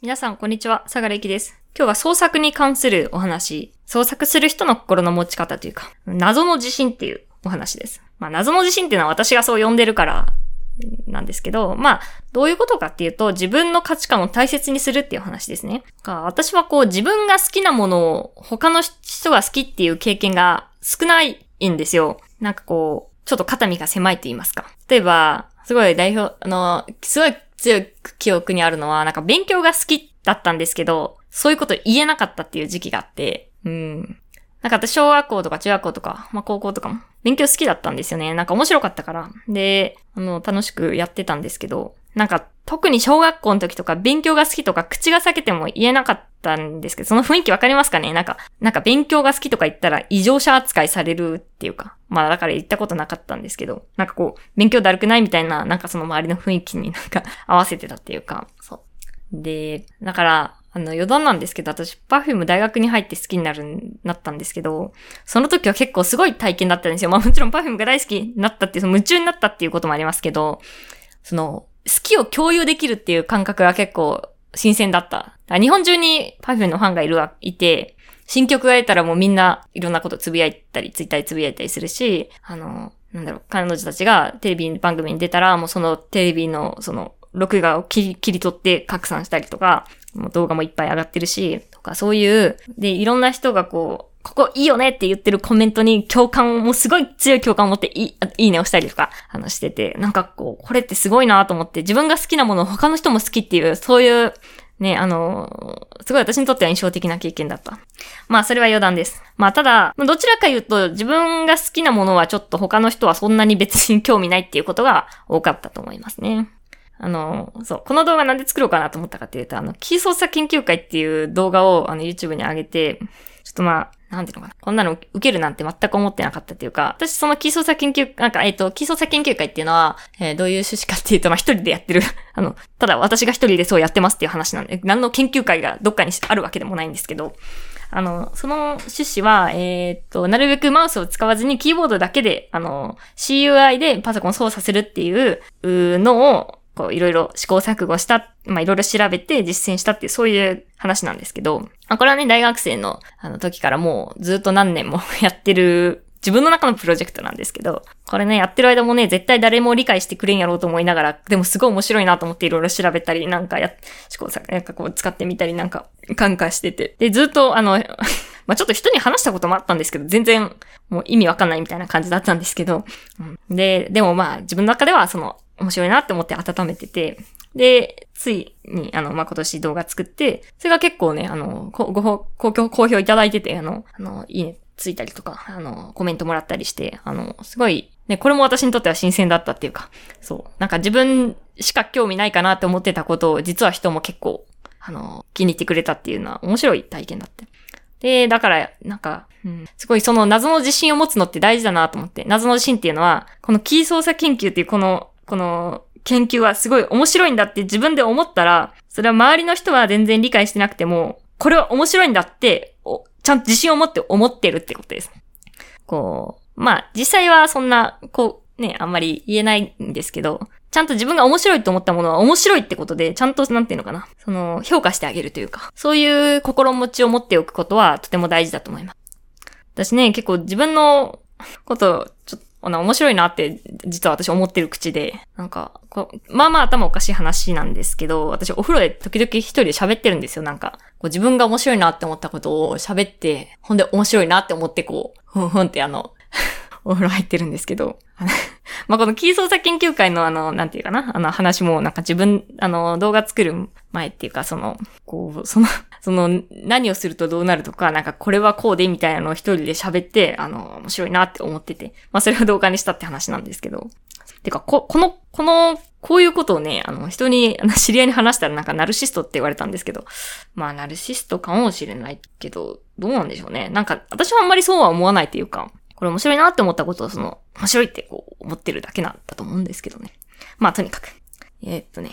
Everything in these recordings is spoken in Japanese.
皆さん、こんにちは。相良ゆきです。今日は創作に関するお話。創作する人の心の持ち方というか、謎の自信っていうお話です。謎の自信っていうのは私がそう呼んでるからなんですけど、どういうことかっていうと、自分の価値観を大切にするっていう話ですね。私は自分が好きなものを他の人が好きっていう経験が少ないんですよ。ちょっと肩身が狭いと言いますか。例えば、すごい強い記憶にあるのは、勉強が好きだったんですけど、そういうこと言えなかったっていう時期があって、私小学校とか中学校とか、高校とかも勉強好きだったんですよね。面白かったから。で、楽しくやってたんですけど、特に小学校の時とか勉強が好きとか口が裂けても言えなかったんですけど、その雰囲気わかりますかね？勉強が好きとか言ったら異常者扱いされるっていうか、だから言ったことなかったんですけど、勉強だるくないみたいな、その周りの雰囲気に合わせてたっていうか、そう。で、だから、余談なんですけど、私、Perfume 大学に入って好きになったんですけど、その時は結構すごい体験だったんですよ。もちろん Perfume が大好きになったっていう、夢中になったっていうこともありますけど、好きを共有できるっていう感覚が結構新鮮だった。日本中に Perfume のファンがいて、新曲が出たらもうみんないろんなことつぶやいたり、ツイッターでつぶやいたりするし、彼女たちがテレビ番組に出たら、もうそのテレビの録画を切り取って拡散したりとか、もう動画もいっぱい上がってるし、とかそういう、で、いろんな人がここいいよねって言ってるコメントにすごい強い共感を持っていいねをしたりとか、してて、これってすごいなと思って、自分が好きなものを他の人も好きっていう、そういう、ね、すごい私にとっては印象的な経験だった。それは余談です。ただ、どちらか言うと、自分が好きなものはちょっと他の人はそんなに別に興味ないっていうことが多かったと思いますね。この動画なんで作ろうかなと思ったかっていうと、キー操作研究会っていう動画をYouTube に上げて、ちょっとなんていうのかな。こんなの受けるなんて全く思ってなかったっていうか、私そのキー操作研究、キー操作研究会っていうのは、どういう趣旨かっていうと、一人でやってる、ただ私が一人でそうやってますっていう話なんで、何の研究会がどっかにあるわけでもないんですけど、その趣旨は、なるべくマウスを使わずにキーボードだけで、CUI でパソコンを操作するっていうのを、いろいろ試行錯誤した、いろいろ調べて実践したっていう、そういう話なんですけど、これはね、大学生の時からもうずっと何年もやってる、自分の中のプロジェクトなんですけど、これね、やってる間もね、絶対誰も理解してくれんやろうと思いながら、でもすごい面白いなと思っていろいろ調べたり、試行錯誤使ってみたり感化してて。で、ずっとちょっと人に話したこともあったんですけど、全然もう意味わかんないみたいな感じだったんですけど、でも自分の中では面白いなって思って温めてて、で、ついに、今年動画作って、それが結構ね、好評いただいてて、いいねついたりとか、コメントもらったりして、すごい、ね、これも私にとっては新鮮だったっていうか、そう、自分しか興味ないかなって思ってたことを、実は人も結構、気に入ってくれたっていうのは面白い体験だって。で、だから、すごいその謎の自信を持つのって大事だなと思って、謎の自信っていうのは、このキー操作研究っていうこの研究はすごい面白いんだって自分で思ったら、それは周りの人は全然理解してなくても、これは面白いんだって、ちゃんと自信を持って思ってるってことです。実際はそんな、あんまり言えないんですけど、ちゃんと自分が面白いと思ったものは面白いってことで、ちゃんとなんていうのかな、評価してあげるというか、そういう心持ちを持っておくことはとても大事だと思います。私ね、結構自分のことちょっと面白いなって、実は私思ってる口で、頭おかしい話なんですけど、私お風呂で時々一人で喋ってるんですよ。自分が面白いなって思ったことを喋って、ほんで面白いなって思ってふんふんってお風呂入ってるんですけど、このキー操作研究会のなんていうかな、話も自分、動画作る前っていうか、何をするとどうなるとか、これはこうでみたいなのを一人で喋って、面白いなって思ってて、それを動画にしたって話なんですけど。てか、こういうことをね、人に、知り合いに話したらナルシストって言われたんですけど、ナルシストかもしれないけど、どうなんでしょうね。私はあんまりそうは思わないというか、これ面白いなって思ったことを面白いって思ってるだけなんだと思うんですけどね。とにかく。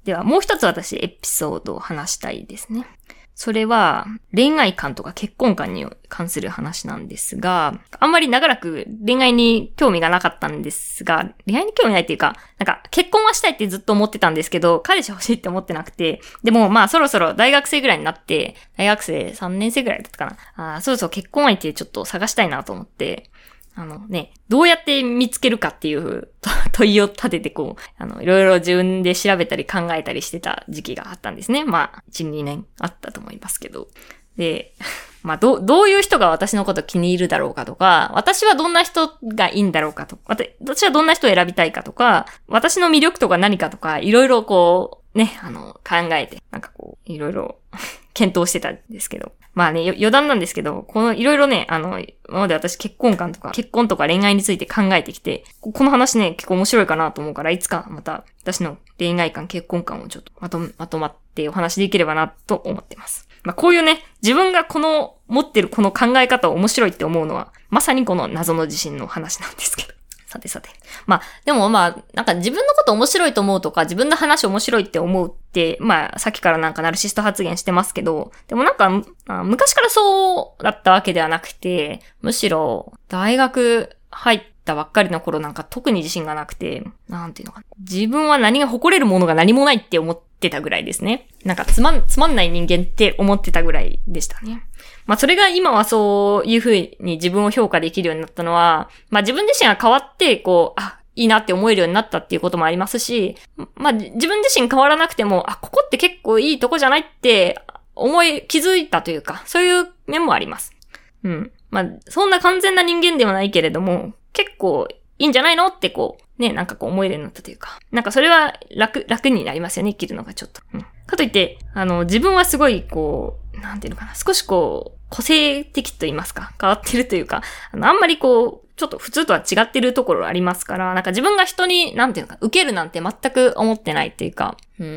では、もう一つ私エピソードを話したいですね。それは、恋愛観とか結婚観に関する話なんですが、あんまり長らく恋愛に興味がなかったんですが、恋愛に興味ないっていうか、結婚はしたいってずっと思ってたんですけど、彼氏欲しいって思ってなくて、でもそろそろ大学生ぐらいになって、大学生3年生ぐらいだったかな。そろそろ結婚相手ちょっと探したいなと思って、どうやって見つけるかっていう問いを立てていろいろ自分で調べたり考えたりしてた時期があったんですね。1、2年あったと思いますけど。で、どういう人が私のこと気に入るだろうかとか、私はどんな人がいいんだろうかとか、私はどんな人を選びたいかとか、私の魅力とか何かとか、いろいろ考えて、いろいろ検討してたんですけど。余談なんですけど、いろいろね、今まで私結婚とか恋愛について考えてきて、この話ね、結構面白いかなと思うから、いつかまた私の恋愛観、結婚観をちょっとまとまってお話できればなと思ってます。こういうね、自分が持ってるこの考え方を面白いって思うのは、まさにこの謎の自信の話なんですけど。さて。でも自分のこと面白いと思うとか、自分の話面白いって思うって、さっきからナルシスト発言してますけど、でも昔からそうだったわけではなくて、むしろ、大学入ったばっかりの頃特に自信がなくて、自分は何が誇れるものが何もないって思ってたぐらいですね。つまんない人間って思ってたぐらいでしたね。それが今はそういう風に自分を評価できるようになったのは、自分自身が変わって、いいなって思えるようになったっていうこともありますし、自分自身変わらなくても、ここって結構いいとこじゃないって気づいたというか、そういう面もあります。そんな完全な人間ではないけれども、結構いいんじゃないのって思えるようになったというか、それは楽になりますよね、生きるのがちょっと。かといって、自分はすごい少し個性的と言いますか、変わってるというか、あんまりちょっと普通とは違ってるところありますから、自分が人に、受けるなんて全く思ってないっていうか、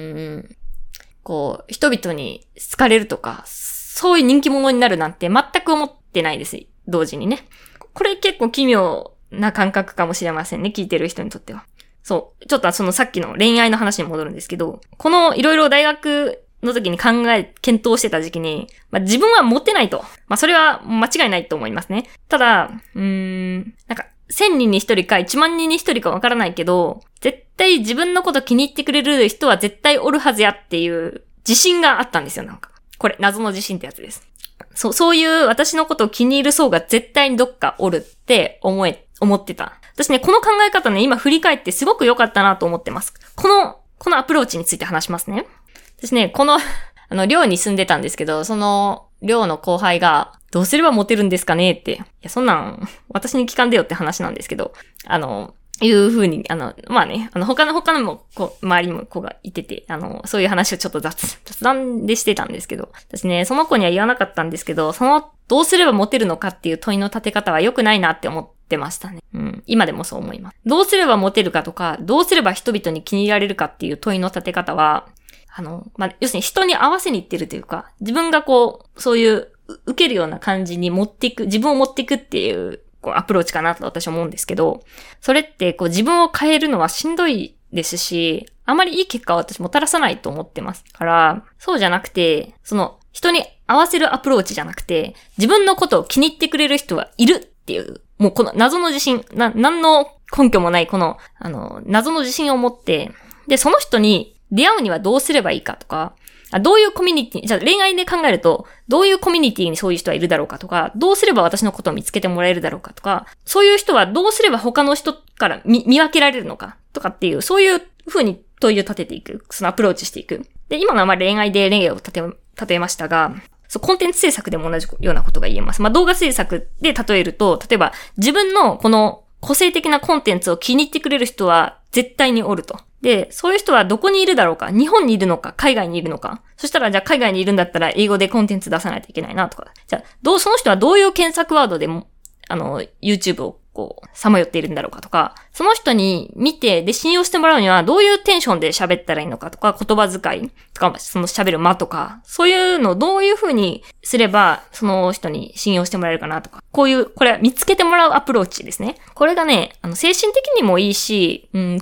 人々に好かれるとか、そういう人気者になるなんて全く思ってないです。同時にね。これ結構奇妙な感覚かもしれませんね、聞いてる人にとっては。そう。ちょっとさっきの恋愛の話に戻るんですけど、いろいろ大学の時に検討してた時期に、自分はモテないと。それは間違いないと思いますね。ただ、1000人に1人か1万人に1人かわからないけど、絶対自分のこと気に入ってくれる人は絶対おるはずやっていう自信があったんですよ、これ、謎の自信ってやつです。そういう私のことを気に入る層が絶対にどっかおるって思ってた。私ね、この考え方ね、今振り返ってすごく良かったなと思ってます。このアプローチについて話しますね。私ね、寮に住んでたんですけど、その寮の後輩が、どうすればモテるんですかねって。いや、そんなん、私に聞かんでよって話なんですけど、いう風に、他のも、周りも子がいてて、そういう話をちょっと雑談でしてたんですけど、私ね、その子には言わなかったんですけど、どうすればモテるのかっていう問いの立て方は良くないなって思ってましたね。今でもそう思います。どうすればモテるかとか、どうすれば人々に気に入られるかっていう問いの立て方は、要するに人に合わせにいってるというか、自分がそういう受けるような感じに自分を持っていくっていうアプローチかなと私は思うんですけど、それって自分を変えるのはしんどいですし、あまりいい結果を私もたらさないと思ってますから、そうじゃなくて、人に合わせるアプローチじゃなくて、自分のことを気に入ってくれる人はいるっていう、もうこの謎の自信、何の根拠もない謎の自信を持って、で、その人に出会うにはどうすればいいかとか、どういうコミュニティ、じゃあ恋愛で考えると、どういうコミュニティにそういう人はいるだろうかとか、どうすれば私のことを見つけてもらえるだろうかとか、そういう人はどうすれば他の人から見分けられるのかとかっていう、そういう風に問いを立てていく。そのアプローチしていく。で、今のは恋愛で例を例えましたが、コンテンツ制作でも同じようなことが言えます。動画制作で例えると、例えば自分のこの個性的なコンテンツを気に入ってくれる人は絶対におると。で、そういう人はどこにいるだろうか、日本にいるのか、海外にいるのか。そしたら、じゃあ海外にいるんだったら英語でコンテンツ出さないといけないなとか。じゃあ、その人はどういう検索ワードでも、YouTube をさまよっているんだろうかとか、その人に見て、で、信用してもらうにはどういうテンションで喋ったらいいのかとか、言葉遣いとか、その喋る間とか、そういうのをどういう風にすれば、その人に信用してもらえるかなとか、これは見つけてもらうアプローチですね。これがね、精神的にもいいし、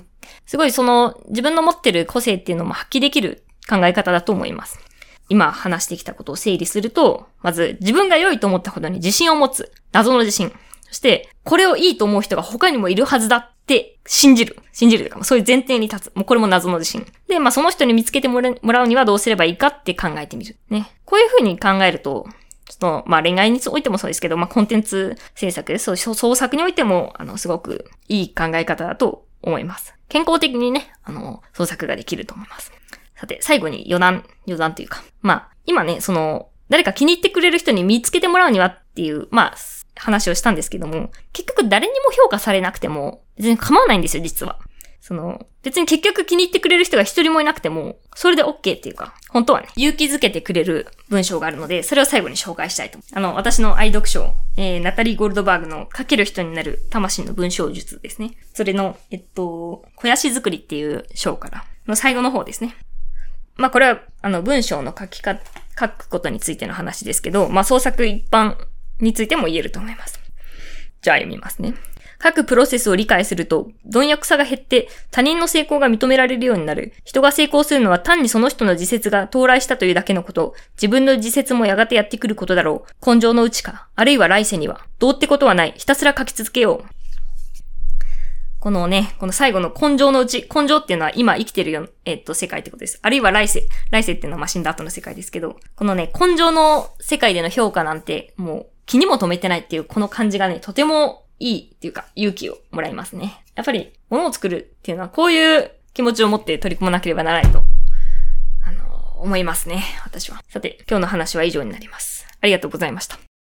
すごい自分の持ってる個性っていうのも発揮できる考え方だと思います。今話してきたことを整理すると、まず自分が良いと思ったことに自信を持つ。謎の自信。そして、これをいいと思う人が他にもいるはずだって信じる。信じるというか、そういう前提に立つ。もうこれも謎の自信。で、その人に見つけてもらうにはどうすればいいかって考えてみる。ね。こういうふうに考えると、恋愛においてもそうですけど、コンテンツ制作、創作においても、すごくいい考え方だと思います。健康的にね、創作ができると思います。さて、最後に余談というか。今ね、誰か気に入ってくれる人に見つけてもらうにはっていう、話をしたんですけども、結局誰にも評価されなくても、別に構わないんですよ、実は。別に結局気に入ってくれる人が一人もいなくても、それで OK っていうか、本当はね、勇気づけてくれる文章があるので、それを最後に紹介したいと思う。私の愛読書、ナタリー・ゴールドバーグの書ける人になる魂の文章術ですね。それの、肥やし作りっていう章からの最後の方ですね。これは、文章の書くことについての話ですけど、創作一般についても言えると思います。じゃあ読みますね。書くプロセスを理解すると、貪欲さが減って他人の成功が認められるようになる。人が成功するのは単にその人の自説が到来したというだけのこと。自分の自説もやがてやってくることだろう。根性のうちか、あるいは来世には。どうってことはない。ひたすら書き続けよう。この最後の根性のうち、根性っていうのは今生きてるよ、世界ってことです。あるいは来世っていうのは死んだ後の世界ですけど、このね、根性の世界での評価なんて、もう気にも留めてないっていうこの感じがね、とてもいいっていうか、勇気をもらいますね。やっぱり、物を作るっていうのはこういう気持ちを持って取り組まなければならないと、思いますね、私は。さて、今日の話は以上になります。ありがとうございました。